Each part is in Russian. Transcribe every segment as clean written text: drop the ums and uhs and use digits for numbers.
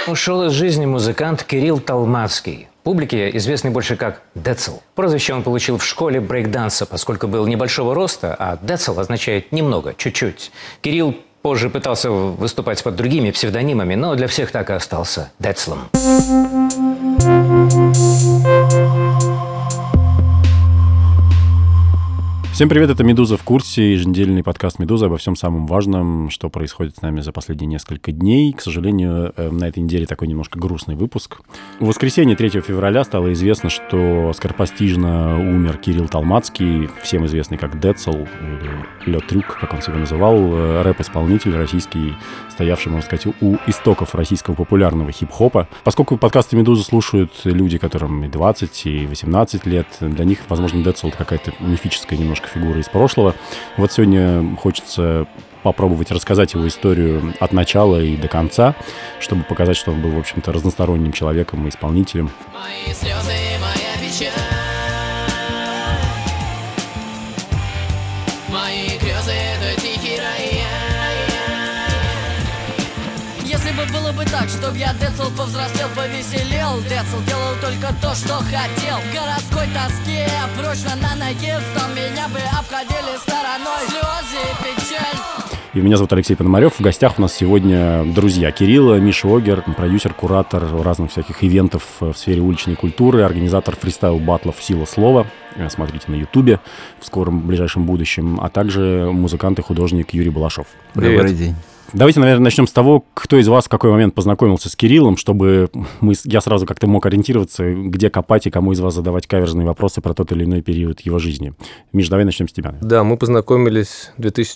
Ушел из жизни музыкант Кирилл Толмацкий. Публике известный больше как Децл. Прозвище он получил в школе брейкданса, поскольку был небольшого роста, а Децл означает «немного», «чуть-чуть». Кирилл позже пытался выступать под другими псевдонимами, но для всех так и остался Децлом. Всем привет, это «Медуза в курсе», еженедельный подкаст «Медузы» обо всем самом важном, что происходит с нами за последние несколько дней. К сожалению, на этой неделе такой немножко грустный выпуск. В воскресенье 3 февраля стало известно, что скоропостижно умер Кирилл Толмацкий, всем известный как Децл, или Лё Трюк, как он себя называл, рэп-исполнитель российский, стоявший, можно сказать, у истоков российского популярного хип-хопа. Поскольку подкасты «Медузы» слушают люди, которым и 20, и 18 лет, для них, возможно, Децл — это какая-то мифическая немножко фигура из прошлого. Вот сегодня хочется попробовать рассказать его историю от начала и до конца, чтобы показать, что он был, в общем-то, разносторонним человеком и исполнителем. Мои слезы и моя печаль, мои грезы — это тихий рояль. Если бы было бы так, чтоб я Децл повзрослел, повеселел, Децл делал только то, что хотел. В городской тоске прочно на ноге встал, меня бы обходили стороной слезы и печаль. И меня зовут Алексей Пономарев. В гостях у нас сегодня друзья Кирилла, Миша Огер, продюсер, куратор разных всяких ивентов в сфере уличной культуры, организатор фристайл-баттлов «Сила слова». Смотрите на Ютубе в скором ближайшем будущем, а также музыкант и художник Юрий Балашов. Привет. Добрый день. Давайте, наверное, начнем с того, кто из вас в какой момент познакомился с Кириллом, чтобы я сразу как-то мог ориентироваться, где копать и кому из вас задавать каверзные вопросы про тот или иной период его жизни. Миш, давай начнем с тебя. Да, мы познакомились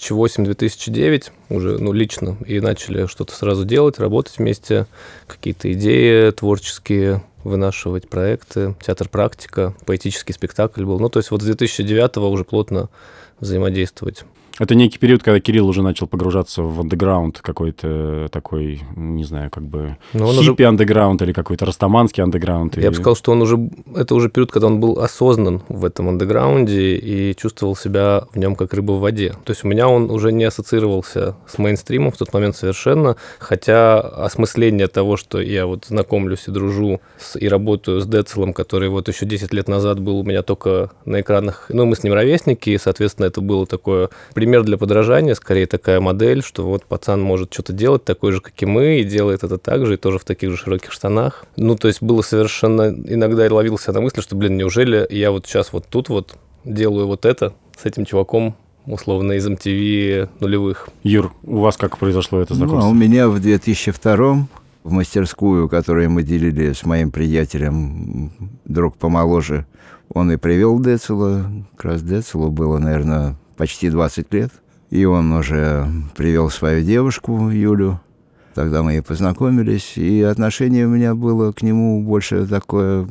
2008-2009 уже, лично, и начали что-то сразу делать, работать вместе, какие-то идеи творческие, вынашивать проекты, театр «Практика», поэтический спектакль был. То есть вот с 2009-го уже плотно взаимодействовать. Это некий период, когда Кирилл уже начал погружаться в андеграунд какой-то такой, не знаю, как бы хиппи-андеграунд или какой-то растаманский андеграунд. Я бы сказал, что это уже период, когда он был осознан в этом андеграунде и чувствовал себя в нем как рыба в воде. То есть у меня он уже не ассоциировался с мейнстримом в тот момент совершенно, хотя осмысление того, что я вот знакомлюсь и дружу и работаю с Децлом, который вот еще 10 лет назад был у меня только на экранах, мы с ним ровесники, и, соответственно, это было такое пример для подражания, скорее такая модель, что вот пацан может что-то делать такой же, как и мы, и делает это так же, и тоже в таких же широких штанах. То есть было совершенно... Иногда я ловился на мысли, что, неужели я вот сейчас вот тут вот делаю вот это с этим чуваком, условно, из MTV нулевых. Юр, у вас как произошло это знакомство? У меня в 2002-м в мастерскую, которую мы делили с моим приятелем, друг помоложе, он и привел Децла. Как раз Децлу было, наверное, почти 20 лет. И он уже привел свою девушку, Юлю. Тогда мы и познакомились. И отношение у меня было к нему больше такое,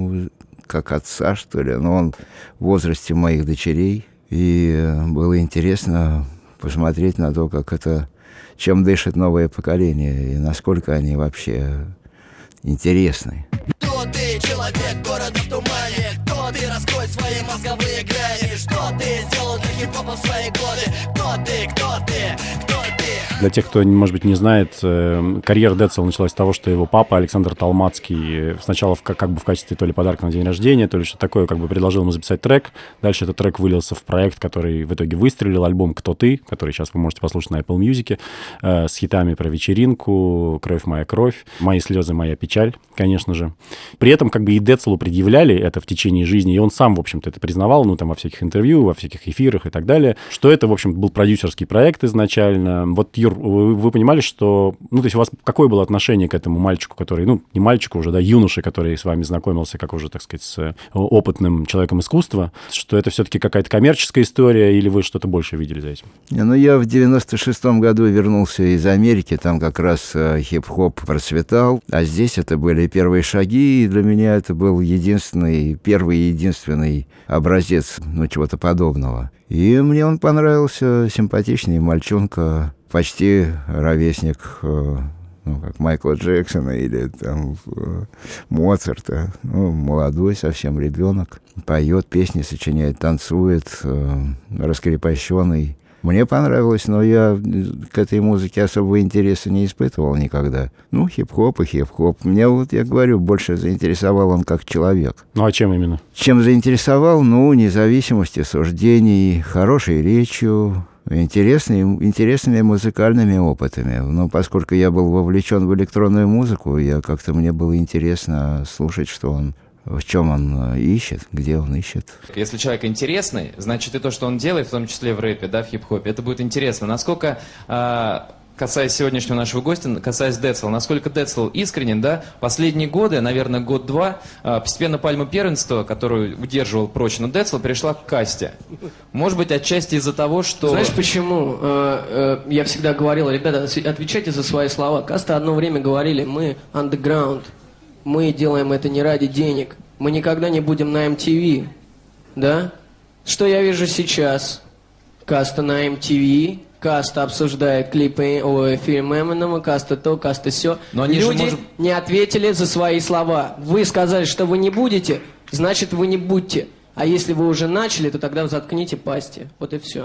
как отца, что ли. Но он в возрасте моих дочерей. И было интересно посмотреть на то, чем дышит новое поколение, и насколько они вообще интересны. Кто ты, человек города в тумане? Кто ты, раскрой свои мозговые грани? Что ты сделал для хип-хопа в свои годы? Кто ты, кто ты, кто ты? Для тех, кто, может быть, не знает, карьера Децла началась с того, что его папа Александр Толмацкий сначала как бы в качестве то ли подарка на день рождения, то ли что-то такое, как бы предложил ему записать трек. Дальше этот трек вылился в проект, который в итоге выстрелил, альбом «Кто ты?», который сейчас вы можете послушать на Apple Music, с хитами про вечеринку, «Кровь моя кровь», «Мои слезы, моя печаль», конечно же. При этом как бы и Децлу предъявляли это в течение жизни, и он сам, в общем-то, это признавал, во всяких интервью, во всяких эфирах и так далее, что это, в общем, был продюсерский проект изначально. Вот, Юр, вы понимали, что... то есть у вас какое было отношение к этому мальчику, который... не мальчику уже, да, юноше, который с вами знакомился, как уже, так сказать, с опытным человеком искусства, что это все-таки какая-то коммерческая история, или вы что-то больше видели за этим? Я в 96-м году вернулся из Америки, там как раз хип-хоп процветал, а здесь это были первые шаги, и для меня это был первый и единственный образец, чего-то подобного. И мне он понравился, симпатичный мальчонка, почти ровесник, как Майкла Джексона или Моцарта. Молодой совсем ребенок. Поет песни, сочиняет, танцует, раскрепощенный. Мне понравилось, но я к этой музыке особого интереса не испытывал никогда. Ну, хип-хоп и хип-хоп. Мне, вот я говорю, больше заинтересовал он как человек. Ну, а чем именно? Чем заинтересовал? Ну, независимостью суждений, хорошей речью, интересными музыкальными опытами. Но поскольку я был вовлечен в электронную музыку, мне было интересно слушать, в чем он ищет, где он ищет. Если человек интересный, значит и то, что он делает, в том числе в рэпе, да, в хип-хопе, это будет интересно. Насколько, касаясь сегодняшнего нашего гостя, касаясь Децла, насколько Децл искренен, да, последние годы, наверное, год-два, постепенно пальма первенства, которую удерживал прочно Децл, перешла к касте. Может быть, отчасти из-за того, что... Знаешь почему? Я всегда говорил, ребята, отвечайте за свои слова. Каста одно время говорили, мы underground. Мы делаем это не ради денег. Мы никогда не будем на MTV. Да? Что я вижу сейчас? Каста на MTV. Каста обсуждает клипы фильма Эминема. Каста то, каста сё. Но они Люди не ответили за свои слова. Вы сказали, что вы не будете, значит вы не будьте. А если вы уже начали, то тогда заткните пасти. Вот и все.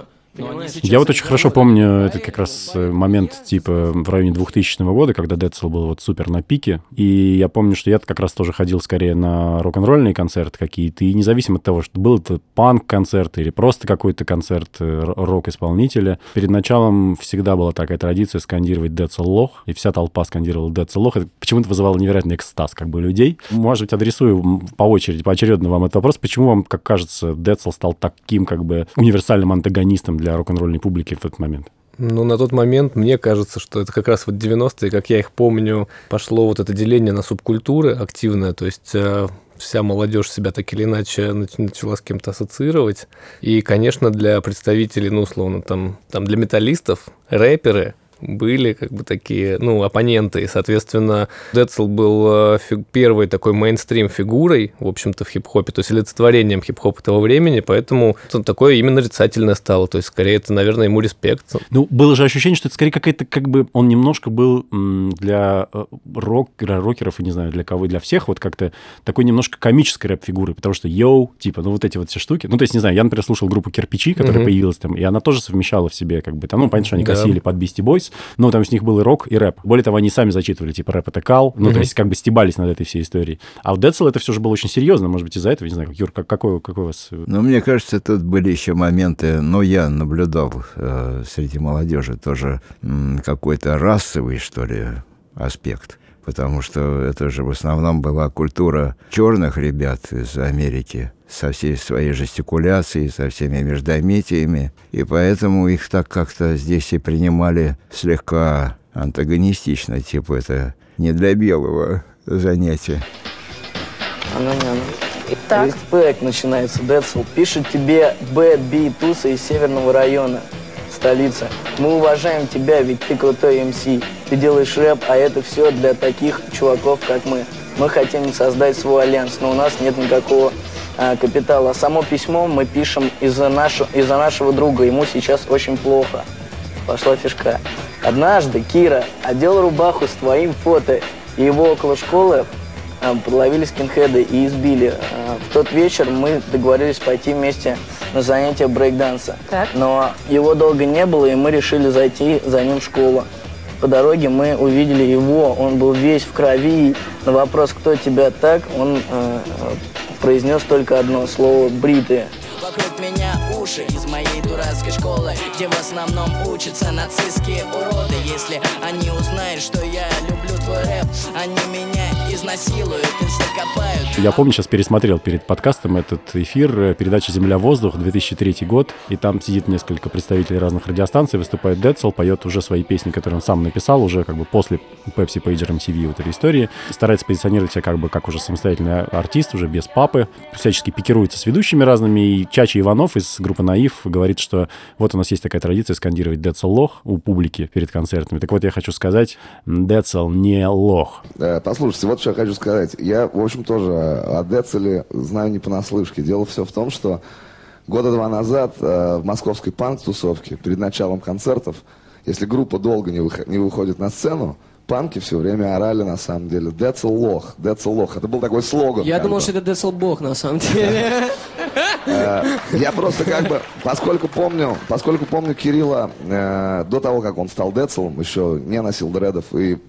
Я вот очень хорошо помню, это как раз момент типа в районе 2000 года, когда Децл был вот супер на пике, и я помню, что я как раз тоже ходил скорее на рок-н-ролльные концерты какие-то, и независимо от того, что был это панк-концерт или просто какой-то концерт рок-исполнителя, перед началом всегда была такая традиция скандировать Децл лох, и вся толпа скандировала Децл лох, это почему-то вызывало невероятный экстаз как бы людей. Может быть, адресую по очереди, поочередно вам этот вопрос, почему вам, как кажется, Децл стал таким как бы универсальным антагонистом для рок-н-ролльной публики в этот момент? Ну, на тот момент мне кажется, что это как раз вот 90-е, как я их помню, пошло вот это деление на субкультуры активное, то есть вся молодежь себя так или иначе начала с кем-то ассоциировать. И, конечно, для представителей, ну, условно, там для металлистов, рэперы были как бы такие, ну, оппоненты, и, соответственно, Децл был первой такой мейнстрим-фигурой, в общем-то, в хип-хопе, то есть олицетворением хип-хопа того времени, поэтому это такое именно нарицательное стало, то есть, скорее, это, наверное, ему респект. Ну, было же ощущение, что это скорее какая-то, как бы, он немножко был для рокеров, и не знаю, для кого, для всех, вот как-то такой немножко комической рэп-фигурой, потому что йоу, типа, ну, вот эти вот все штуки, ну, то есть, не знаю, я, например, слушал группу «Кирпичи», которая появилась там, и она тоже совмещала в себе, как бы, там, ну, понятно, что они косили под Beastie Boys, но там с них был и рок, и рэп. Более того, они сами зачитывали, типа, рэп это кал, ну, то есть, как бы стебались над этой всей историей. А у Децл это все же было очень серьезно, может быть, из-за этого, не знаю, Юр, какой у вас... Ну, мне кажется, тут были еще моменты, я наблюдал среди молодежи тоже какой-то расовый, что ли, аспект. Потому что это же в основном была культура черных ребят из Америки со всей своей жестикуляцией, со всеми междометиями. И поэтому их так как-то здесь и принимали слегка антагонистично. Типа это не для белого занятия. Оно не оно. Итак. Респект начинается, Децл. Пишет тебе Bad B Туса из Северного района. Столица. Мы уважаем тебя, ведь ты крутой МС. Ты делаешь рэп, а это все для таких чуваков, как мы. Мы хотим создать свой альянс, но у нас нет никакого капитала. Само письмо мы пишем из-за нашего друга. Ему сейчас очень плохо. Пошла фишка. Однажды Кира одел рубаху с твоим фото, и его около школы подловили скинхеды и избили. В тот вечер мы договорились пойти вместе на занятия брейк-данса. Но его долго не было, и мы решили зайти за ним в школу. По дороге мы увидели его, он был весь в крови. На вопрос, кто тебя так, он произнес только одно слово «бритые». Вокруг меня уши из моей дурацкой школы, где в основном учатся нацистские уроды. Если они узнают, что я люблю твой рэп, они меня изнасилуют и закопают. Я помню, сейчас пересмотрел перед подкастом этот эфир, передача «Земля-воздух», 2003 год, и там сидит несколько представителей разных радиостанций, выступает Децл, поет уже свои песни, которые он сам написал, уже как бы после Pepsi Pager MTV вот этой истории, старается позиционировать себя как бы как уже самостоятельный артист, уже без папы, всячески пикируется с ведущими разными, и Чача Иванов из группы «Наив» говорит, что вот у нас есть такая традиция скандировать «Децл лох» у публики перед концертами. Так вот, я хочу сказать, Децл не лох. Послушайте, вот что я хочу сказать. Я, в общем, тоже о Децле знаю не понаслышке. Дело все в том, что года 2 назад в московской панк-тусовке перед началом концертов, если группа долго не выходит на сцену, панки все время орали, на самом деле, «Децл лох, Децл лох». Это был такой слоган. Я думал, что это Децл бог, на самом деле. Я просто как бы, поскольку помню Кирилла до того, как он стал Децлом, еще не носил дредов, и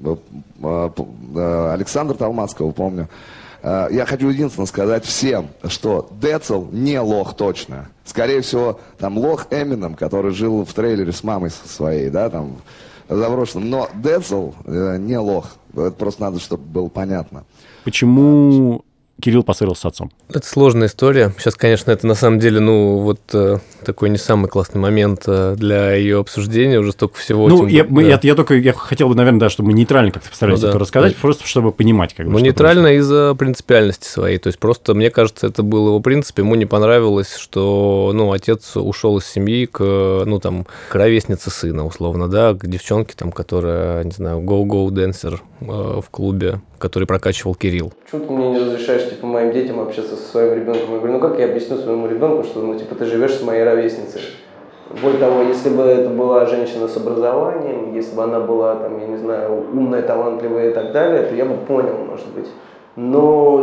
Александра Толмацкого помню. Я хочу единственное сказать всем, что Децл не лох точно. Скорее всего, там лох Эминем, который жил в трейлере с мамой своей, да, там, заброшенном. Но Децл не лох. Это просто надо, чтобы было понятно. Почему Кирилл поссорился с отцом? Это сложная история. Сейчас, конечно, это на самом деле, такой не самый классный момент для ее обсуждения, уже столько всего. Я хотел бы, наверное, да, чтобы мы нейтрально как-то постарались это рассказать, просто чтобы понимать, как бы. Нейтрально из-за принципиальности своей. То есть просто, мне кажется, это было его принцип. Ему не понравилось, что, отец ушел из семьи к ровеснице сына, условно, да, к девчонке, там, которая, не знаю, go-go dancer в клубе, который прокачивал Кирилл. Почему ты мне не разрешаешь, моим детям общаться со своим ребенком? Я говорю, как я объясню своему ребенку, что, ты живешь с моей ровесницей? Более того, если бы это была женщина с образованием, если бы она была, я не знаю, умная, талантливая и так далее, то я бы понял, может быть. Но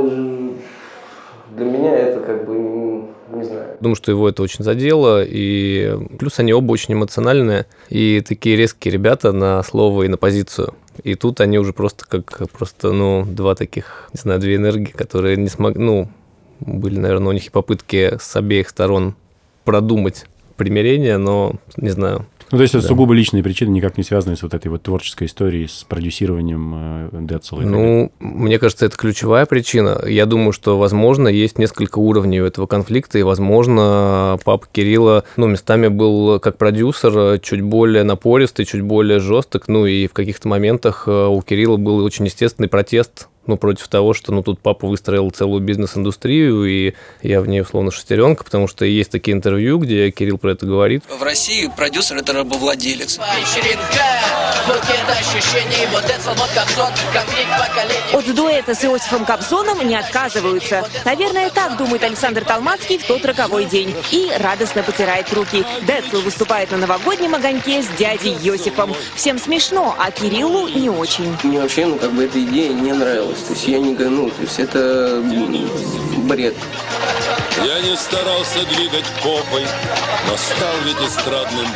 для меня это не знаю. Думаю, что его это очень задело, и плюс они оба очень эмоциональные, и такие резкие ребята на слово и на позицию. И тут они уже два таких, не знаю, две энергии, которые не смогли, были, наверное, у них и попытки с обеих сторон продумать примирение, но не знаю. То есть это сугубо личные причины, никак не связанные с вот этой вот творческой историей, с продюсированием Децла? Мне кажется, это ключевая причина. Я думаю, что, возможно, есть несколько уровней у этого конфликта, и, возможно, папа Кирилла, местами был как продюсер чуть более напористый, чуть более жесток, и в каких-то моментах у Кирилла был очень естественный протест против того, что тут папа выстроил целую бизнес-индустрию, и я в ней условно шестеренка, потому что есть такие интервью, где Кирилл про это говорит. В России продюсер — это рабовладелец. От дуэта с Иосифом Кобзоном не отказываются. Наверное, так думает Александр Толмацкий в тот роковой день. И радостно потирает руки. Децл выступает на новогоднем огоньке с дядей Йосифом. Всем смешно, а Кириллу не очень. Мне вообще, эта идея не нравилась. То есть я не гону, это бред. Я не старался двигать попой, но стал ведь эстрадным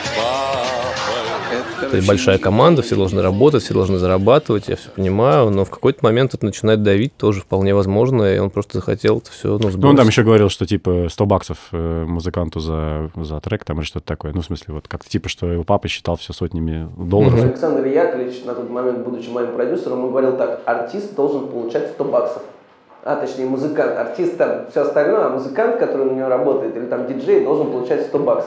папой. Это большая команда, все должны работать, все должны зарабатывать, я все понимаю, но в какой-то момент это начинает давить, тоже вполне возможно, и он просто захотел это все сбросить. Он там еще говорил, что $100 музыканту за трек там или что-то такое. В смысле, как-то что его папа считал все сотнями долларов. Александр Яковлевич, на тот момент, будучи моим продюсером, он говорил так: артист должен получать $100. Точнее, музыкант, артист там, все остальное, а музыкант, который у него работает, или там диджей, должен получать $100.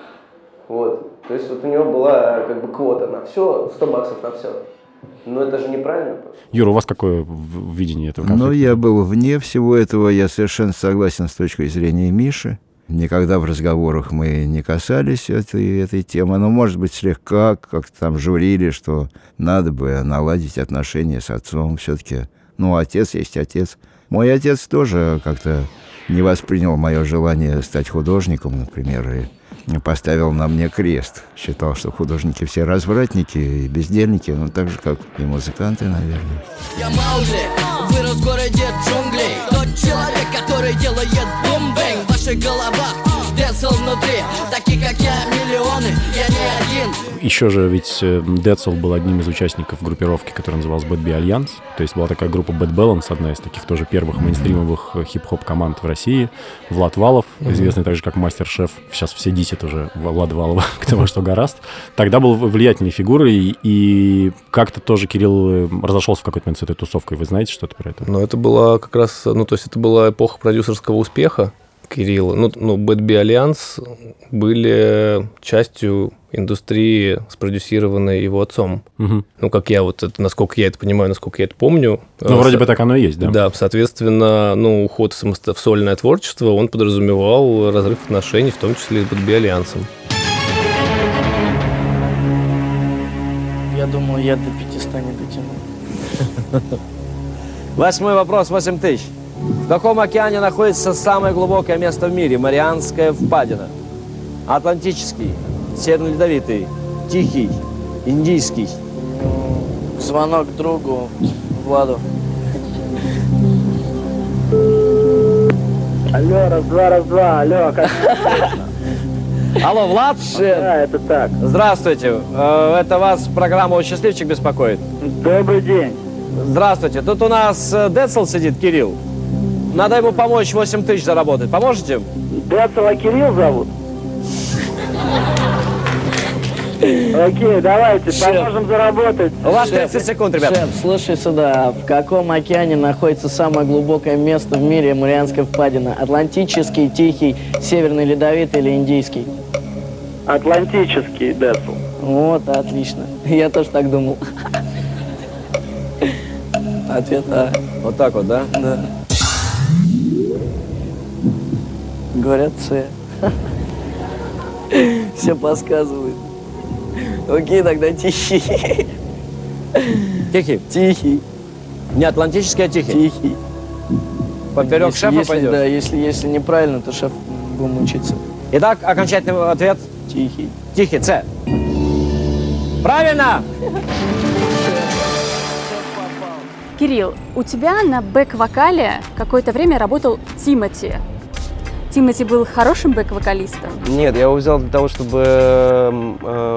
Вот. То есть у него была квота на все, $100 на все. Но это же неправильно. Юра, у вас какое видение этого конфликта? Я был вне всего этого, я совершенно согласен с точки зрения Миши. Никогда в разговорах мы не касались этой темы, но, может быть, слегка как-то там журили, что надо бы наладить отношения с отцом. Все-таки, отец есть отец. Мой отец тоже как-то не воспринял мое желание стать художником, например, и поставил на мне крест. Считал, что художники все развратники и бездельники, так же, как и музыканты, наверное. Я Маугли, вырос в городе джунглей. Тот человек, который делает бум-бэнг в ваших головах. Децл внутри, такие как я, миллионы, я не один. Еще же ведь Децл был одним из участников группировки, которая называлась Bad Bee Alliance. То есть была такая группа Bad Balance, одна из таких тоже первых мейнстримовых хип-хоп команд в России. Влад Валов, известный также как мастер-шеф. Сейчас все дисят уже Влада Валова, кто во что горазд. Тогда был влиятельной фигурой, и как-то тоже Кирилл разошелся в какой-то момент с этой тусовкой. Вы знаете что-то про это? Это была как раз, это была эпоха продюсерского успеха Кирилла. Bad Bee Alliance были частью индустрии, спродюсированной его отцом. Как я насколько я это понимаю, насколько я это помню. Вроде бы так оно и есть, да? Да, соответственно, уход в сольное творчество, он подразумевал разрыв отношений, в том числе и с Bad Bee Alliance. Я думал, я до 500 не дотяну. 8-й вопрос, 8 тысяч. В каком океане находится самое глубокое место в мире? Марианская впадина. Атлантический, Северно-Ледовитый, Тихий, Индийский. Звонок другу, Владу. Алло, раз-два, алло, как Алло, Влад? Да, это так. Здравствуйте. Это вас программа «Счастливчик» беспокоит? Добрый день. Здравствуйте. Тут у нас Децл сидит, Кирилл. Надо ему помочь 8 тысяч заработать. Поможете? Децла Кирилл зовут? Окей, давайте, поможем заработать. У вас 30 секунд, ребят. Шеф, слушай сюда, в каком океане находится самое глубокое место в мире Марианская впадина? Атлантический, Тихий, Северный Ледовитый или Индийский? Атлантический, Децл. Вот, отлично. Я тоже так думал. Ответ А. Вот так вот, да? Да. Говорят, С. Все подсказывают. Окей, тогда Тихий. Тихий? Тихий. Не Атлантический, а Тихий? Тихий. Поперек шефа пойдет? Да, если неправильно, то шеф будем учиться. Итак, окончательный ответ? Тихий. Тихий, С. Правильно! Кирилл, у тебя на бэк-вокале какое-то время работал Тимати. Тимати был хорошим бэк-вокалистом? Нет, я его взял для того, чтобы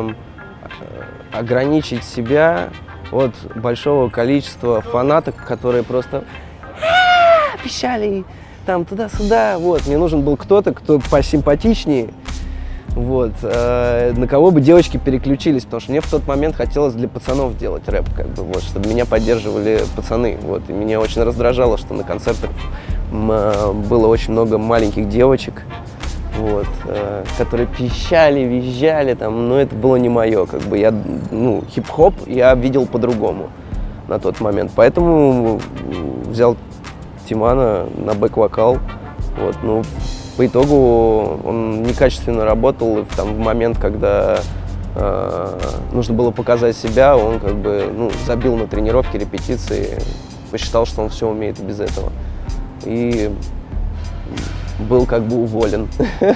ограничить себя от большого количества фанаток, которые просто пищали там туда-сюда. Вот, мне нужен был кто-то, кто посимпатичнее, вот, на кого бы девочки переключились, потому что мне в тот момент хотелось для пацанов делать рэп, как бы, вот, чтобы меня поддерживали пацаны, вот, и меня очень раздражало, что на концертах было очень много маленьких девочек, вот, которые пищали, визжали, там, но это было не мое, как бы, я, ну, хип-хоп я видел по-другому на тот момент, поэтому взял Тимана на бэк-вокал, вот, ну, по итогу он некачественно работал, и в момент, когда нужно было показать себя, он как бы, ну, забил на тренировке, репетиции, посчитал, что он все умеет без этого. И был как бы уволен.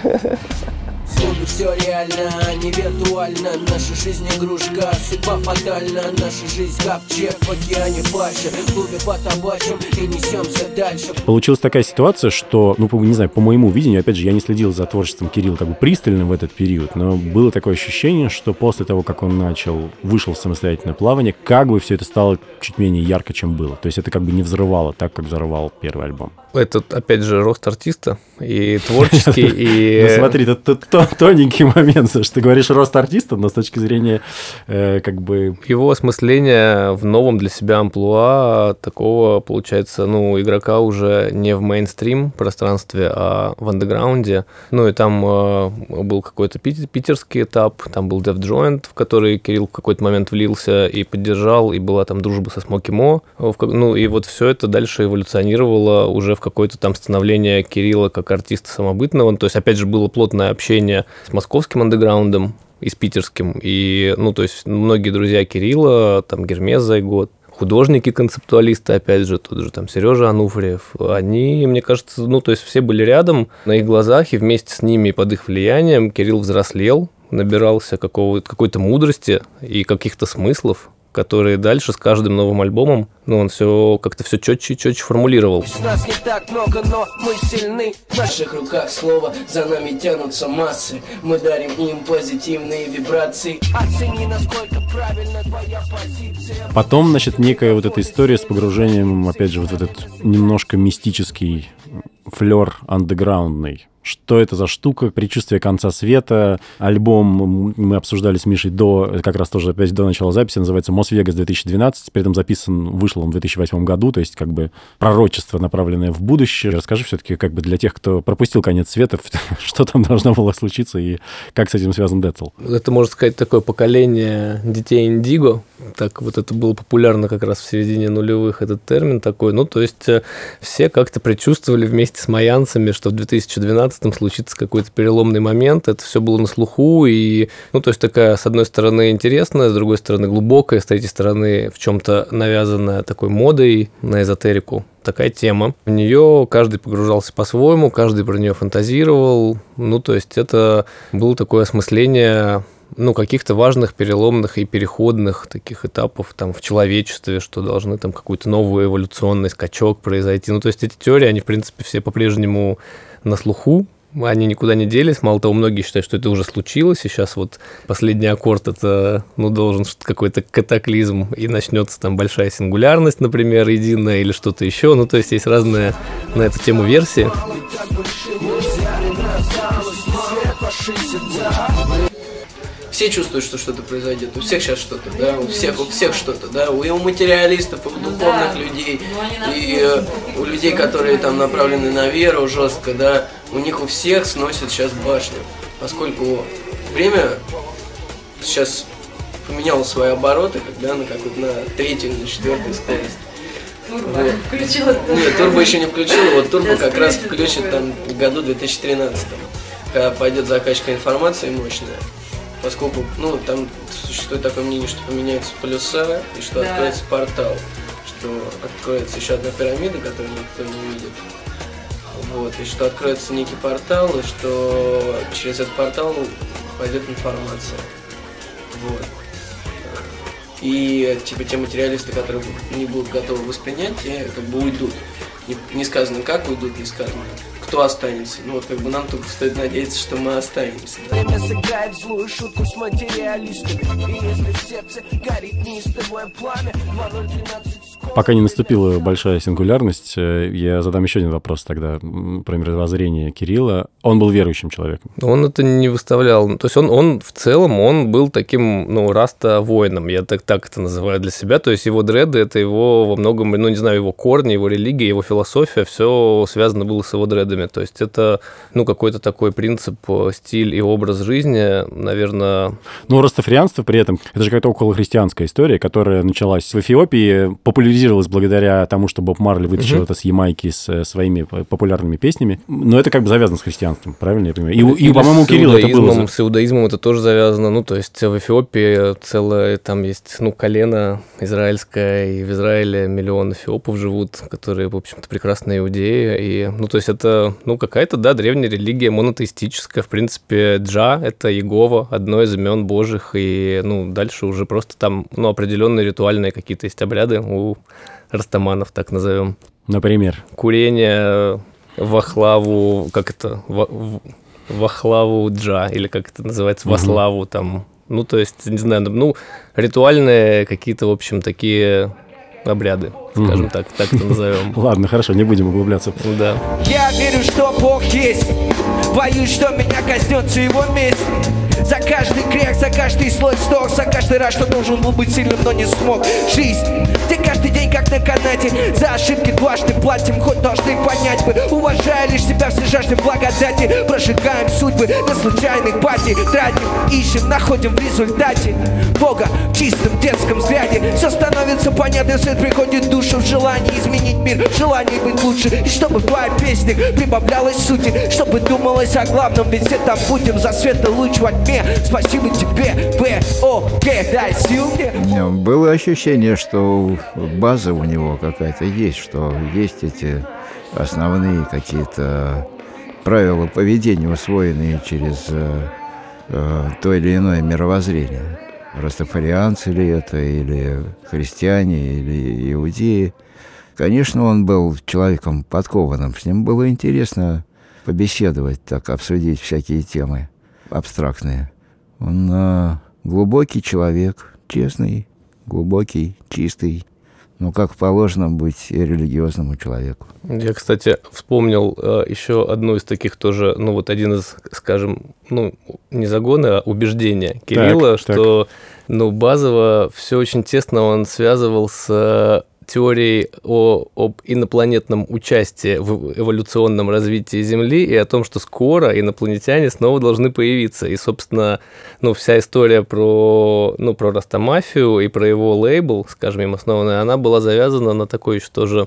Словно все реально, не виртуально. Наша жизнь игрушка, судьба фатальна. Наша жизнь ковчег в океане фальши. В клубе потабачим и несемся дальше. Получилась такая ситуация, что, ну, не знаю, по моему видению, опять же, я не следил за творчеством Кирилла как бы пристально в этот период, но было такое ощущение, что после того, как он вышел в самостоятельное плавание, как бы все это стало чуть менее ярко, чем было. То есть это как бы не взрывало так, как взорвал первый альбом. Это, опять же, рост артиста и творческий, и... Ну смотри, тут тоненький момент, что ты говоришь рост артиста, но с точки зрения как бы... Его осмысление в новом для себя амплуа такого, получается, ну, игрока уже не в мейнстрим пространстве, а в андеграунде. Ну и там был какой-то питерский этап, там был Def Joint, в который Кирилл в какой-то момент влился и поддержал, и была там дружба со Смоки Мо. Ну и вот все это дальше эволюционировало уже в какое-то там становление Кирилла как артиста самобытного. То есть, опять же, было плотное общение с московским андеграундом и с питерским. И, ну, то есть, многие друзья Кирилла, там, Гермес Зайгот, художники-концептуалисты, опять же, тот же там Сережа Ануфриев, они, мне кажется, ну, то есть, все были рядом на их глазах, и вместе с ними, под их влиянием, Кирилл взрослел, набирался какой-то мудрости и каких-то смыслов, которые дальше с каждым новым альбомом, ну, он все как-то все четче и четче формулировал. Нас не так много, но мы сильны. В наших руках слово, за нами тянутся массы. Мы дарим им позитивные вибрации. Оцени, насколько правильно твоя позиция. Потом, значит, некая вот эта история с погружением, опять же, вот этот немножко мистический флёр андеграундный. Что это за штука? Предчувствие конца света. Альбом мы обсуждали с Мишей как раз тоже опять до начала записи, называется «Мос-Вегас 2012». При этом вышел он в 2008 году, то есть как бы пророчество, направленное в будущее. Расскажи все-таки как бы для тех, кто пропустил конец света, что там должно было случиться и как с этим связан Децл. Это, можно сказать, такое поколение детей Индиго. Так вот это было популярно как раз в середине нулевых, этот термин такой. Ну, то есть все как-то предчувствовали вместе с майянцами, что в 2012 случится какой-то переломный момент. Это все было на слуху. И, ну, то есть такая, с одной стороны, интересная, с другой стороны, глубокая, с третьей стороны, в чем-то навязанная такой модой на эзотерику. Такая тема. В нее каждый погружался по-своему, каждый про нее фантазировал. Ну, то есть это было такое осмысление каких-то важных, переломных и переходных таких этапов там в человечестве, что должны там какой-то новый эволюционный скачок произойти. То есть эти теории, они, в принципе, все по-прежнему на слуху, они никуда не делись. Мало того, многие считают, что это уже случилось, и сейчас вот последний аккорд это, должен какой-то катаклизм, и начнется там большая сингулярность, например, единая или что-то еще. То есть разные на эту тему версии. Все чувствуют, что что-то произойдет. У всех сейчас что-то, да, у всех что-то, да, и у материалистов, и у духовных людей, и у людей, которые там направлены на веру жестко, да, у них у всех сносит сейчас башню, поскольку время сейчас поменяло свои обороты, когда на какую-то на третью или четвертую скорость. Вот. Включила? Нет, турбо еще не включила, вот турбо как раз включит там в году 2013, когда пойдет закачка информации мощная. Поскольку, там существует такое мнение, что поменяются полюса, и что откроется портал, что откроется еще одна пирамида, которую никто не видит. Вот, и что откроется некий портал, и что через этот портал пойдет информация. Вот. И те материалисты, которые не будут готовы воспринять, те уйдут. Не сказано, как уйдут, не сказано, кто останется. Нам только стоит надеяться, что мы останемся. Время сыграет злую шутку с материалистами. И если в сердце горит неистовое пламя, 2013. Пока не наступила большая сингулярность, я задам еще один вопрос тогда про мировоззрение Кирилла. Он был верующим человеком? Он это не выставлял. То есть он в целом, он был таким, раста-воином, я так это называю для себя. То есть его дреды, это его во многом, его корни, его религия, его философия, все связано было с его дредами. То есть это, какой-то такой принцип, стиль и образ жизни, наверное... Растафарианство при этом, это же какая-то околохристианская история, которая началась в Эфиопии, популяризировалась благодаря тому, что Боб Марли вытащил это с Ямайки с своими популярными песнями. Но это завязано с христианством, правильно я понимаю? И по-моему, у Кирилла это было... С иудаизмом это тоже завязано. То есть в Эфиопии целое, там есть, колено израильское, и в Израиле миллион эфиопов живут, которые, в общем-то, прекрасные иудеи. И, то есть это, какая-то, древняя религия, монотеистическая. В принципе, Джа — это Иегова, одно из имен Божьих. И, дальше уже просто там, определенные ритуальные какие-то есть обряды у растаманов, так назовем. Например? Курение вахлаву, вахлаву Джа, или как это называется, во славу там. То есть, не знаю, ритуальные какие-то, в общем, такие обряды, скажем так это назовем. Ладно, хорошо, не будем углубляться. Да. Я верю, что Бог есть, боюсь, что меня коснется его месть. За каждый грех, за каждый слой вздох, за каждый раз, что должен был быть сильным, но не смог. Жизнь, где каждый день как на канате, за ошибки дважды платим, хоть должны понять бы. Уважая лишь себя, все жаждем благодати, прожигаем судьбы на случайных пати, тратим, ищем, находим в результате Бога в чистом детском взгляде. Все становится понятно, свет приходит в душу, в желании изменить мир, в желании быть лучше. И чтобы в твоих песнях прибавлялось сути, чтобы думалось о главном, ведь все там будем за света луч во тьме. Спасибо тебе, БОГ, дай сил мне. Было ощущение, что база у него какая-то есть, что есть эти основные какие-то правила поведения, усвоенные через то или иное мировоззрение. Растафарианцы ли это, или христиане, или иудеи. Конечно, он был человеком подкованным, с ним было интересно побеседовать, так обсудить всякие темы абстрактные. Он глубокий человек, честный, глубокий, чистый, как положено быть религиозному человеку. Я, кстати, вспомнил еще одну из таких тоже, один из, скажем, не загоны, а убеждения Кирилла, что, базово все очень тесно он связывал с теории об инопланетном участии в эволюционном развитии Земли и о том, что скоро инопланетяне снова должны появиться. И, собственно, вся история про Ростомафию и про его лейбл, скажем, им основанная, она была завязана на такой еще тоже,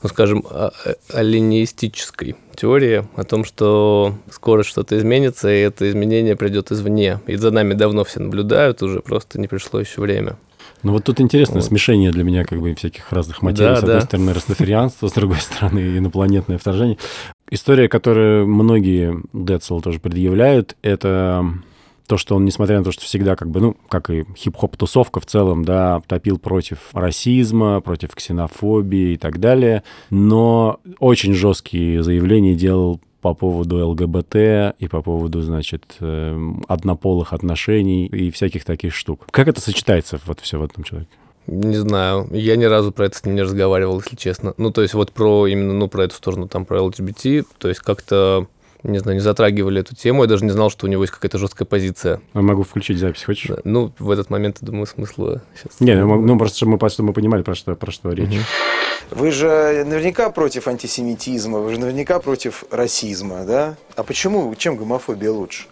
алинеистической теории о том, что скоро что-то изменится, и это изменение придет извне. И за нами давно все наблюдают, уже просто не пришло еще время. Тут интересное смешение для меня всяких разных материй. С одной стороны, растафарианство, с другой стороны, инопланетное вторжение. История, которую многие Децл тоже предъявляют, это то, что он, несмотря на то, что всегда как бы, ну, как и хип-хоп-тусовка в целом, да, топил против расизма, против ксенофобии и так далее, но очень жесткие заявления делал по поводу ЛГБТ и по поводу, значит, однополых отношений и всяких таких штук. Как это сочетается вот все в этом человеке? Не знаю, я ни разу про это с ним не разговаривал, если честно. Ну, то есть вот про именно, ну, про эту сторону, там, про ЛГБТ, то есть как-то, не знаю, не затрагивали эту тему, я даже не знал, что у него есть какая-то жесткая позиция. Я могу включить запись, хочешь? Да, ну, в этот момент, я думаю, смысла сейчас... Не, ну, просто чтобы мы понимали, про что речь. Вы же наверняка против антисемитизма, вы же наверняка против расизма, да? А почему? Чем гомофобия лучше?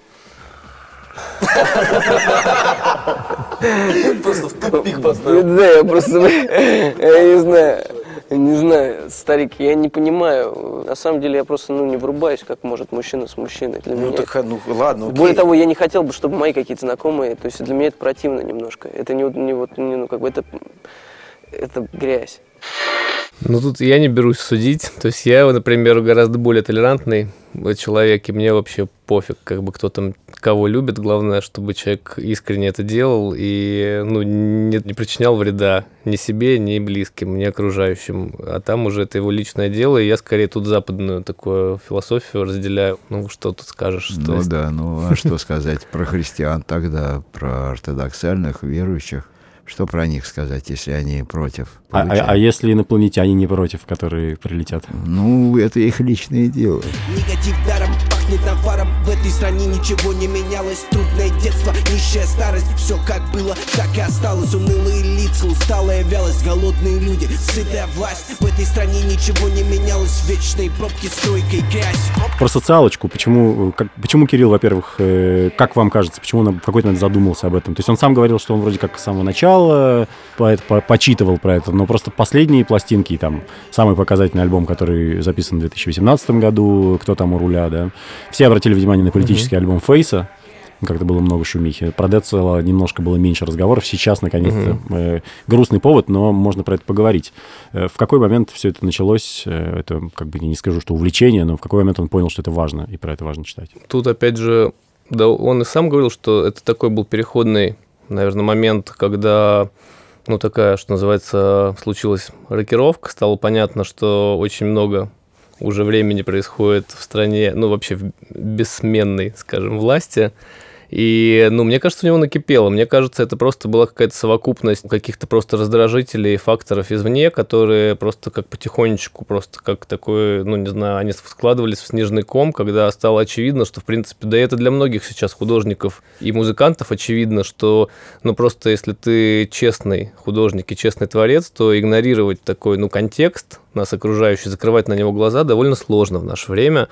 Просто в тупик поставил. Да, я просто, я не знаю, старик, я не понимаю. На самом деле я просто, не врубаюсь, как может мужчина с мужчиной. Для меня ладно, окей. Более того, я не хотел бы, чтобы мои какие-то знакомые, то есть для меня это противно немножко. Это это грязь. Ну, тут я не берусь судить. То есть я, например, гораздо более толерантный человек, и мне вообще пофиг, как бы кто там кого любит. Главное, чтобы человек искренне это делал и не причинял вреда ни себе, ни близким, ни окружающим. А там уже это его личное дело, и я скорее тут западную такую философию разделяю. Ну, что тут скажешь? А что сказать про христиан тогда, про ортодоксальных верующих? Что про них сказать, если они против? А если инопланетяне не против, которые прилетят? Ну, это их личное дело. Негатив даром пахнет наваром. В этой стране ничего не менялось. Трудное детство, нищая старость. Все как было, так и осталось. Унылые лица, усталая вялость. Голодные люди, сытая власть. В этой стране ничего не менялось. Вечные пробки, стройка и грязь. Про социалочку. Почему Кирилл, во-первых, как вам кажется, почему он в какой-то момент задумался об этом? То есть он сам говорил, что он вроде как с самого начала почитывал про это, но просто последние пластинки, там, самый показательный альбом, который записан в 2018 году, «Кто там у руля», да, все обратили внимание на политический альбом Фейса, как-то было много шумихи. Про Децела немножко было меньше разговоров. Сейчас, наконец-то, грустный повод, но можно про это поговорить. В какой момент все это началось? Это, как бы, не скажу, что увлечение, но в какой момент он понял, что это важно, и про это важно читать? Тут, опять же, да, он и сам говорил, что это такой был переходный, наверное, момент, когда, такая, что называется, случилась рокировка, стало понятно, что очень много уже времени происходит в стране, вообще в бессменной, скажем, власти. И, мне кажется, у него накипело. Мне кажется, это просто была какая-то совокупность каких-то просто раздражителей, факторов извне, которые просто как потихонечку, просто как такой, они складывались в снежный ком, когда стало очевидно, что, в принципе, да и это для многих сейчас художников и музыкантов очевидно, что, просто если ты честный художник и честный творец, то игнорировать такой, контекст нас окружающий, закрывать на него глаза довольно сложно в наше время.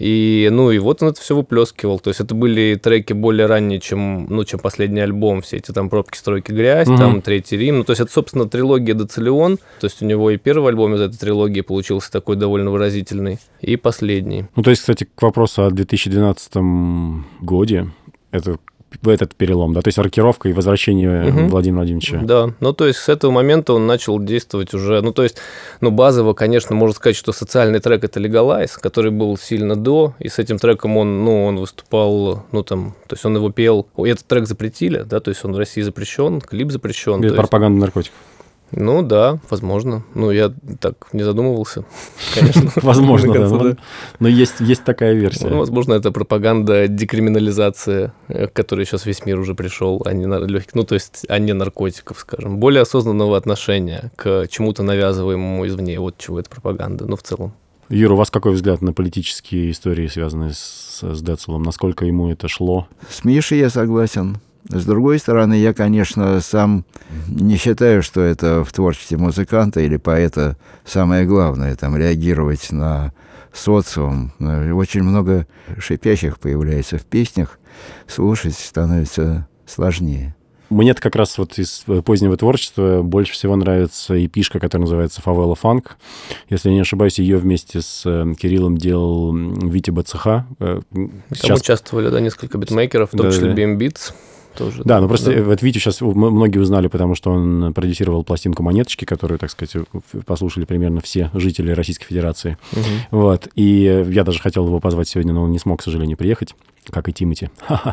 И вот он это все выплескивал. То есть это были треки более ранние, чем последний альбом. Все эти там «Пробки, стройки, грязь», там «Третий Рим». То есть это, собственно, трилогия Децелион. То есть у него и первый альбом из этой трилогии получился такой довольно выразительный, и последний. То есть, кстати, к вопросу о 2012 годе, это этот перелом, да, то есть рокировка и возвращение Владимира Владимировича. Да, то есть с этого момента он начал действовать уже, базово, конечно, можно сказать, что социальный трек — это Legalize, который был сильно до, и с этим треком он выступал, то есть он его пел, этот трек запретили, да, то есть он в России запрещен, клип запрещен. Это пропаганда наркотиков. Да, возможно. Я так не задумывался, конечно. Возможно, да. Но есть такая версия. Возможно, это пропаганда декриминализации, к которой сейчас весь мир уже пришел, а не легких, то есть, а не наркотиков, скажем. Более осознанного отношения к чему-то навязываемому извне. Вот чего это пропаганда, в целом. Юра, у вас какой взгляд на политические истории, связанные с Децелом? Насколько ему это шло? С Мишей я согласен. С другой стороны, я, конечно, сам не считаю, что это в творчестве музыканта или поэта самое главное, реагировать на социум. Очень много шипящих появляется в песнях, слушать становится сложнее. Мне-то как раз из позднего творчества больше всего нравится эпишка, которая называется «Фавела Фанк». Если я не ошибаюсь, ее вместе с Кириллом делал Витя БЦХ. Там участвовали, несколько битмейкеров, в том числе BM Beats. Тоже, да, просто Витю сейчас многие узнали, потому что он продюсировал пластинку «Монеточки», которую, так сказать, послушали примерно все жители Российской Федерации. И я даже хотел его позвать сегодня, но он не смог, к сожалению, приехать. как и Тимати.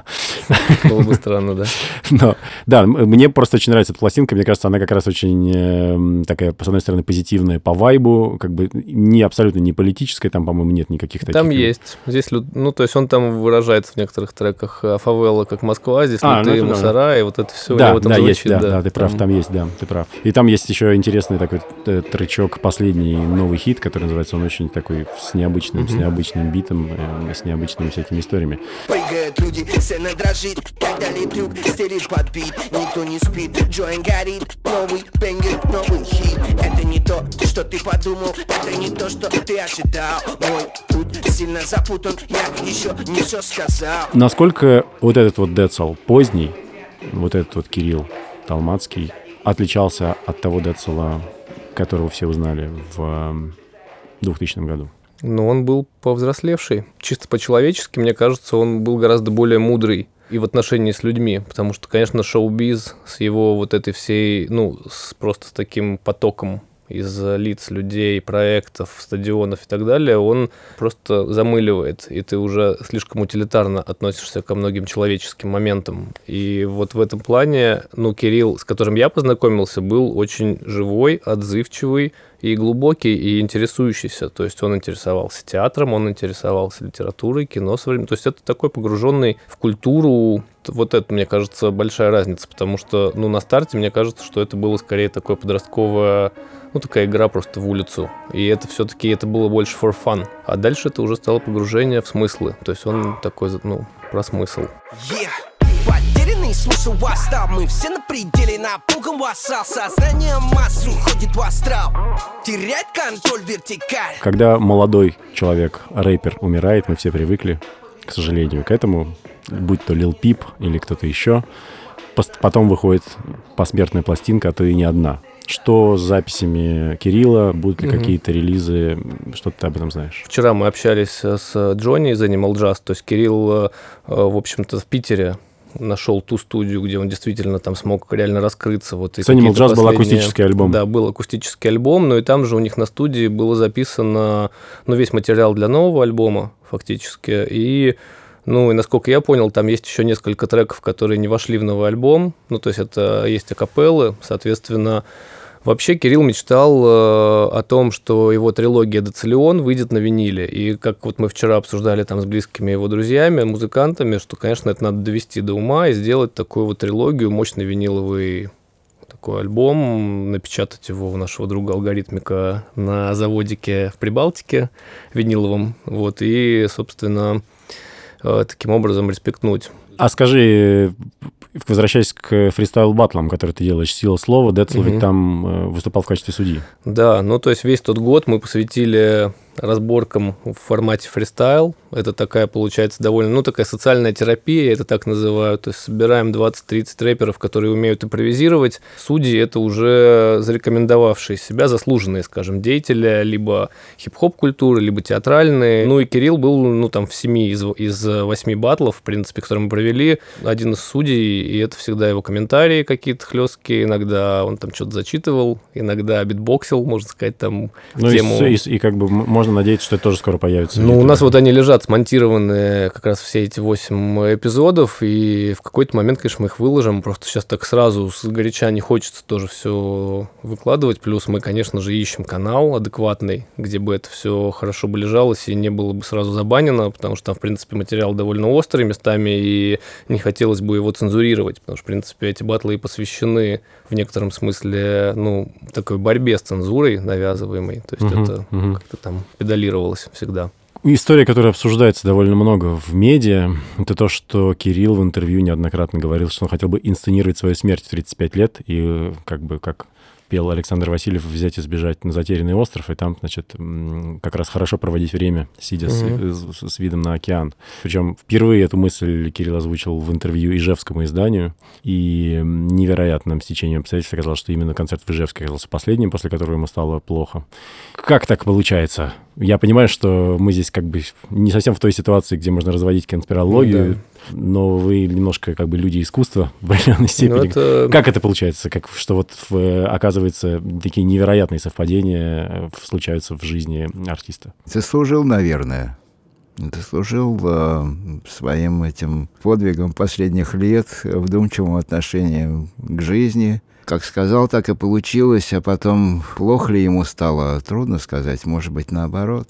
Было бы странно, да? Но, да, мне просто очень нравится эта пластинка. Мне кажется, она как раз очень такая, с одной стороны, позитивная по вайбу, как бы не абсолютно не политическая, там, по-моему, нет никаких таких... Там есть. Здесь, ну, то есть он там выражается в некоторых треках «Фавелла как Москва», здесь «Лютые мусора», и вот это все. Да, да, есть, да, ты прав, там есть, да, ты прав. И там есть еще интересный такой тречок, последний новый хит, который называется, он очень такой с необычным битом, с необычными всякими историями. Прыгают люди, сцена дрожит, когда литрюк стелит под бит, никто не спит, Джоин горит, новый бенгер, новый хит. Это не то, что ты подумал, это не то, что ты ожидал. Мой путь сильно запутан, я еще не все сказал. Насколько вот этот вот Dead Soul поздний, вот этот вот Кирилл Толмацкий, отличался от того Dead Soul, которого все узнали в 2000 году? Но он был повзрослевший. Чисто по-человечески, мне кажется, он был гораздо более мудрый и в отношении с людьми, потому что, конечно, шоу-биз с его вот этой всей, ну, просто с таким потоком из лиц людей, проектов, стадионов и так далее, он просто замыливает, и ты уже слишком утилитарно относишься ко многим человеческим моментам. И вот в этом плане, ну, Кирилл, с которым я познакомился, был очень живой, отзывчивый и глубокий, и интересующийся. То есть он интересовался театром, он интересовался литературой, кино современным. То есть это такой погруженный в культуру. Вот это, мне кажется, большая разница, потому что, ну, на старте, мне кажется, что это было скорее такое подростковое, ну, такая игра просто в улицу. И это все-таки, это было больше for fun. А дальше это уже стало погружение в смыслы. То есть он такой, ну, про смысл. Потерянный смысл восстал, мы все на пределе, напуган вассал. Сознание массу уходит в астрал, терять контроль вертикаль. Когда молодой человек, рэпер, умирает, мы все привыкли, к сожалению, к этому, будь то Lil Peep или кто-то еще. Потом выходит посмертная пластинка, а то и не одна. Что с записями Кирилла? Будут ли какие-то релизы? Что ты об этом знаешь? Вчера мы общались с Джонни из Animal Jazz. То есть Кирилл, в общем-то, в Питере нашел ту студию, где он действительно там смог реально раскрыться. Вот, с Animal Jazz был акустический альбом. Да, был акустический альбом, но и там же у них на студии было записано, ну, весь материал для нового альбома фактически. И, ну, и насколько я понял, там есть еще несколько треков, которые не вошли в новый альбом. Ну, то есть это есть акапеллы, соответственно. Вообще Кирилл мечтал о том, что его трилогия «Дециллион» выйдет на виниле. И как вот мы вчера обсуждали там с близкими его друзьями, музыкантами, что, конечно, это надо довести до ума и сделать такую вот трилогию, мощный виниловый такой альбом, напечатать его у нашего друга Алгоритмика на заводике в Прибалтике виниловом. Вот, и, собственно, таким образом респектнуть. А скажи, возвращаясь к фристайл-баттлам, которые ты делаешь, «Сила слова», Децл ведь там выступал в качестве судьи. Да, ну то есть весь тот год мы посвятили разборкам в формате фристайл. Это такая, получается, довольно, ну, такая социальная терапия, это так называют. То есть собираем 20-30 рэперов, которые умеют импровизировать. Судьи — это уже зарекомендовавшие себя, заслуженные, скажем, деятели, либо хип-хоп-культуры, либо театральные. Ну и Кирилл был, ну, там, в 7 из 8 баттлов, в принципе, которые мы провели, один из судей, и это всегда его комментарии какие-то хлесткие, иногда он там что-то зачитывал, иногда битбоксил, можно сказать, там, ну, тему. И как бы можно надеяться, что это тоже скоро появится. Ну, у нас вот они лежат смонтированы, как раз все эти 8 эпизодов, и в какой-то момент, конечно, мы их выложим, просто сейчас так сразу сгоряча не хочется тоже все выкладывать, плюс мы, конечно же, ищем канал адекватный, где бы это все хорошо бы лежалось и не было бы сразу забанено, потому что там, в принципе, материал довольно острый местами, и не хотелось бы его цензурировать, потому что, в принципе, эти баттлы и посвящены в некотором смысле, ну, такой борьбе с цензурой навязываемой, то есть это как-то там педалировалось всегда. История, которая обсуждается довольно много в медиа, это то, что Кирилл в интервью неоднократно говорил, что он хотел бы инсценировать свою смерть в 35 лет и как бы как пел Александр Васильев, взять и сбежать на затерянный остров, и там, значит, как раз хорошо проводить время, сидя с видом на океан. Причем впервые эту мысль Кирилл озвучил в интервью Ижевскому изданию, и невероятным стечением обстоятельств оказалось, что именно концерт в Ижевске оказался последним, после которого ему стало плохо. Как так получается? Я понимаю, что мы здесь как бы не совсем в той ситуации, где можно разводить конспирологию, да. Но вы немножко как бы люди искусства в определенной степени. Как это получается? Что вот оказывается, такие невероятные совпадения случаются в жизни артиста? Заслужил, наверное. дослужил своим этим подвигом последних лет, вдумчивым отношением к жизни. Как сказал, так и получилось, а потом плохо ли ему стало, трудно сказать, может быть, наоборот.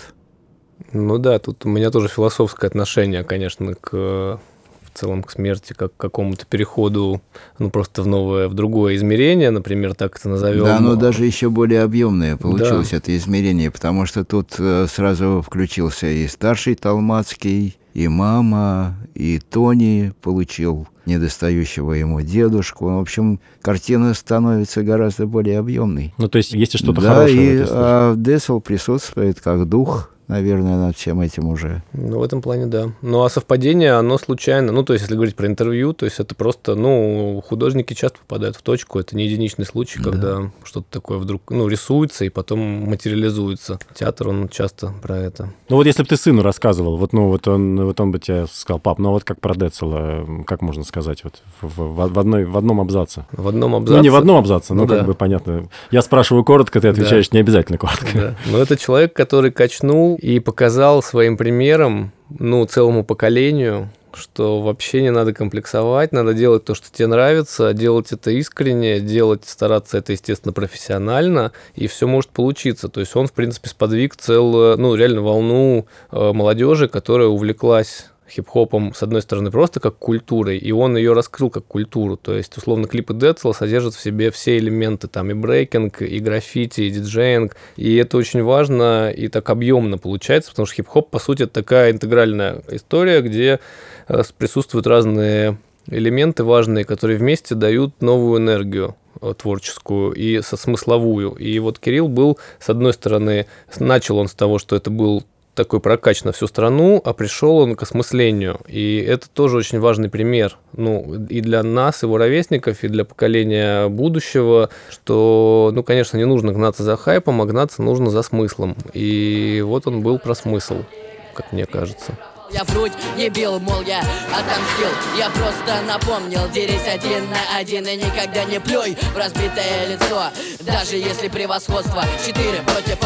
Ну да, тут у меня тоже философское отношение, конечно, в целом к смерти, как к какому-то переходу, ну, просто в другое измерение, например, так это назовем. Да, оно даже еще более объемное получилось, это измерение, потому что тут сразу включился и старший Талмацкий, и мама, и Тони получил недостающего ему дедушку. В общем, картина становится гораздо более объемной. Ну, то есть, есть и что-то да, хорошее. Да, и Децл присутствует как дух, наверное, над всем этим уже. Ну, в этом плане, да. Ну, а совпадение, оно случайно. Ну, то есть, если говорить про интервью, то есть, это просто, ну, художники часто попадают в точку. Это не единичный случай, когда что-то такое вдруг, ну, рисуется и потом материализуется. Театр, он часто про это. Ну, вот если бы ты сыну рассказывал, вот он бы тебе сказал: пап, ну, вот как про Децла, как можно сказать, вот в одном абзаце? В одном абзаце? Ну, не в одном абзаце, но да. Как бы понятно. Я спрашиваю коротко, ты отвечаешь не обязательно коротко. Да. Но это человек, который качнул и показал своим примером, ну, целому поколению, что вообще не надо комплексовать, надо делать то, что тебе нравится, делать это искренне, стараться это, естественно, профессионально, и все может получиться. То есть он, в принципе, сподвиг целую, ну, реально волну молодежи, которая увлеклась хип-хопом, с одной стороны, просто как культурой, и он ее раскрыл как культуру. То есть, условно, клипы Децла содержат в себе все элементы, там, и брейкинг, и граффити, и диджеинг, и это очень важно и так объемно получается, потому что хип-хоп, по сути, это такая интегральная история, где присутствуют разные элементы важные, которые вместе дают новую энергию творческую и смысловую. И вот Кирилл был, с одной стороны, начал он с того, что это был такой прокач на всю страну, а пришел он к осмыслению. И это тоже очень важный пример, ну, и для нас, его ровесников, и для поколения будущего, что, ну, конечно, не нужно гнаться за хайпом, а гнаться нужно за смыслом. И вот он был про смысл, как мне кажется. Я в грудь не бил, мол, я отомстил. Я просто напомнил, дерись 1 на 1 и никогда не плюй в разбитое лицо. Даже если превосходство 4 против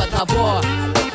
1.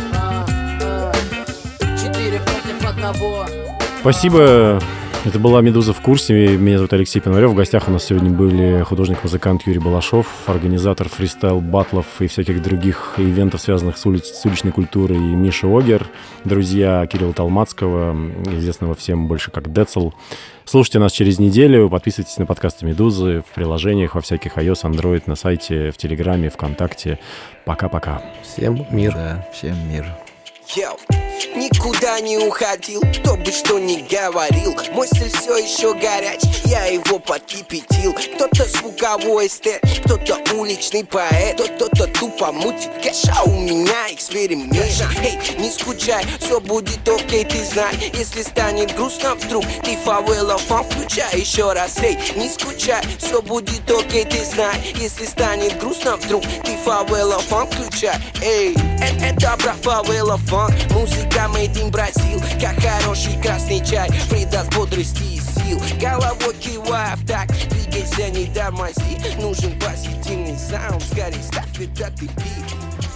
4 против 1. Спасибо. Это была «Медуза в курсе». Меня зовут Алексей Пономарев. В гостях у нас сегодня были художник-музыкант Юрий Балашов, организатор фристайл-баттлов и всяких других ивентов, связанных с уличной культурой, и Миша Огер, друзья Кирилла Талмацкого, известного всем больше как Децл. Слушайте нас через неделю, подписывайтесь на подкасты «Медузы» в приложениях, во всяких iOS, Android, на сайте, в Телеграме, ВКонтакте. Пока-пока. Всем мир. Да, всем мир. Йоу, никуда не уходил, кто бы что ни говорил. Мой стиль все еще горячий, я его подкипятил. Кто-то звуковой эстет, кто-то уличный поэт, кто-то тупо мутит кэш, а у меня эксперимент. Эй, не скучай, все будет окей, ты знай. Если станет грустно вдруг, ты фавела фан включай еще раз. Эй, не скучай, все будет окей, ты знай. Если станет грустно вдруг, ты фавела фан включай. Эй, это про фавела фан. Музыка made in Brazil, как хороший красный чай, придаст бодрости и сил. Головой кивая в так, двигайся, не тормози. Нужен позитивный саунд, скорее ставь это ты пик.